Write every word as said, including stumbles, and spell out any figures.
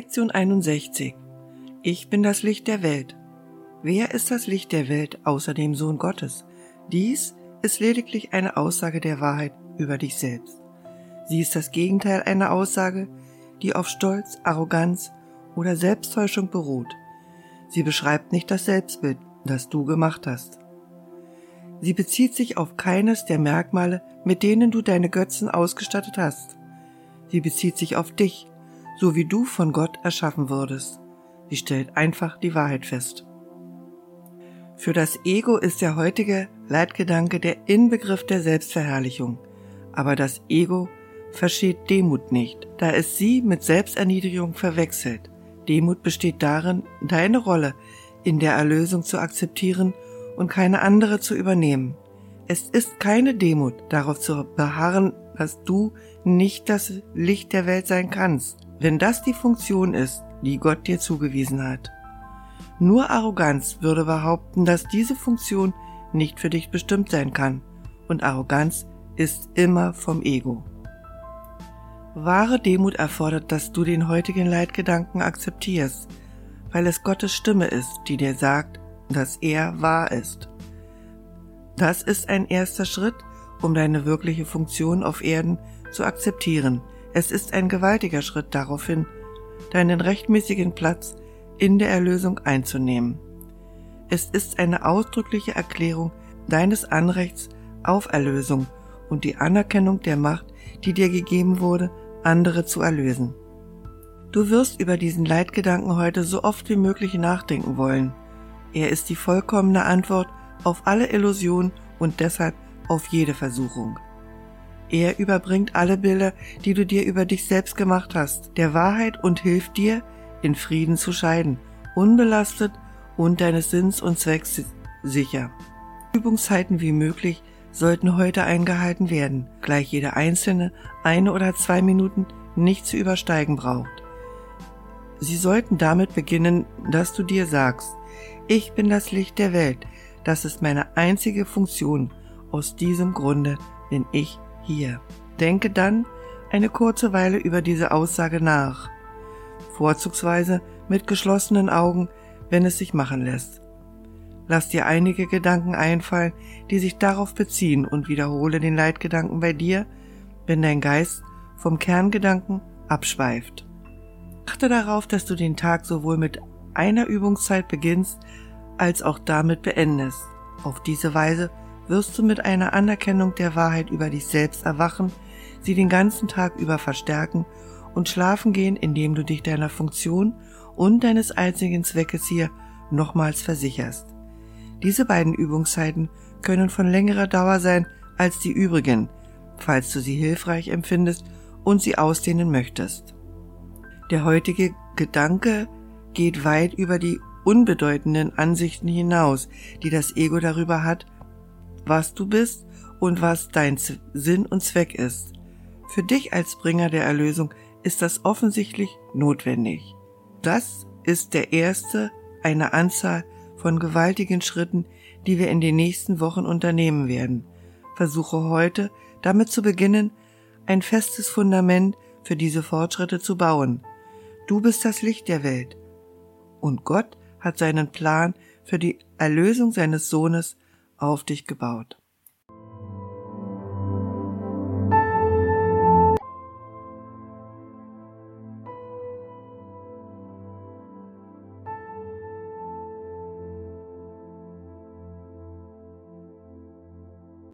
Lektion einundsechzig. Ich bin das Licht der Welt. Wer ist das Licht der Welt außer dem Sohn Gottes? Dies ist lediglich eine Aussage der Wahrheit über dich selbst. Sie ist das Gegenteil einer Aussage, die auf Stolz, Arroganz oder Selbsttäuschung beruht. Sie beschreibt nicht das Selbstbild, das du gemacht hast. Sie bezieht sich auf keines der Merkmale, mit denen du deine Götzen ausgestattet hast. Sie bezieht sich auf dich, so wie du von Gott erschaffen wurdest. Sie stellt einfach die Wahrheit fest. Für das Ego ist der heutige Leitgedanke der Inbegriff der Selbstverherrlichung. Aber das Ego versteht Demut nicht, da es sie mit Selbsterniedrigung verwechselt. Demut besteht darin, deine Rolle in der Erlösung zu akzeptieren und keine andere zu übernehmen. Es ist keine Demut, darauf zu beharren, dass du nicht das Licht der Welt sein kannst, wenn das die Funktion ist, die Gott dir zugewiesen hat. Nur Arroganz würde behaupten, dass diese Funktion nicht für dich bestimmt sein kann, und Arroganz ist immer vom Ego. Wahre Demut erfordert, dass du den heutigen Leitgedanken akzeptierst, weil es Gottes Stimme ist, die dir sagt, dass er wahr ist. Das ist ein erster Schritt, um deine wirkliche Funktion auf Erden zu akzeptieren. Es ist ein gewaltiger Schritt darauf hin, deinen rechtmäßigen Platz in der Erlösung einzunehmen. Es ist eine ausdrückliche Erklärung deines Anrechts auf Erlösung und die Anerkennung der Macht, die dir gegeben wurde, andere zu erlösen. Du wirst über diesen Leitgedanken heute so oft wie möglich nachdenken wollen. Er ist die vollkommene Antwort auf alle Illusionen und deshalb auf jede Versuchung. Er überbringt alle Bilder, die du dir über dich selbst gemacht hast, der Wahrheit und hilft dir, in Frieden zu scheiden, unbelastet und deines Sinns und Zwecks sicher. Übungszeiten wie möglich sollten heute eingehalten werden, gleich jede einzelne eine oder zwei Minuten nicht zu übersteigen braucht. Sie sollten damit beginnen, dass du dir sagst, ich bin das Licht der Welt, das ist meine einzige Funktion, aus diesem Grunde bin ich hier. Denke dann eine kurze Weile über diese Aussage nach, vorzugsweise mit geschlossenen Augen, wenn es sich machen lässt. Lass dir einige Gedanken einfallen, die sich darauf beziehen und wiederhole den Leitgedanken bei dir, wenn dein Geist vom Kerngedanken abschweift. Achte darauf, dass du den Tag sowohl mit einer Übungszeit beginnst, als auch damit beendest. Auf diese Weise wirst du mit einer Anerkennung der Wahrheit über dich selbst erwachen, sie den ganzen Tag über verstärken und schlafen gehen, indem du dich deiner Funktion und deines einzigen Zweckes hier nochmals versicherst. Diese beiden Übungszeiten können von längerer Dauer sein als die übrigen, falls du sie hilfreich empfindest und sie ausdehnen möchtest. Der heutige Gedanke geht weit über die unbedeutenden Ansichten hinaus, die das Ego darüber hat, was du bist und was dein Sinn und Zweck ist. Für dich als Bringer der Erlösung ist das offensichtlich notwendig. Das ist der erste einer Anzahl von gewaltigen Schritten, die wir in den nächsten Wochen unternehmen werden. Versuche heute, damit zu beginnen, ein festes Fundament für diese Fortschritte zu bauen. Du bist das Licht der Welt. Und Gott hat seinen Plan für die Erlösung seines Sohnes auf dich gebaut.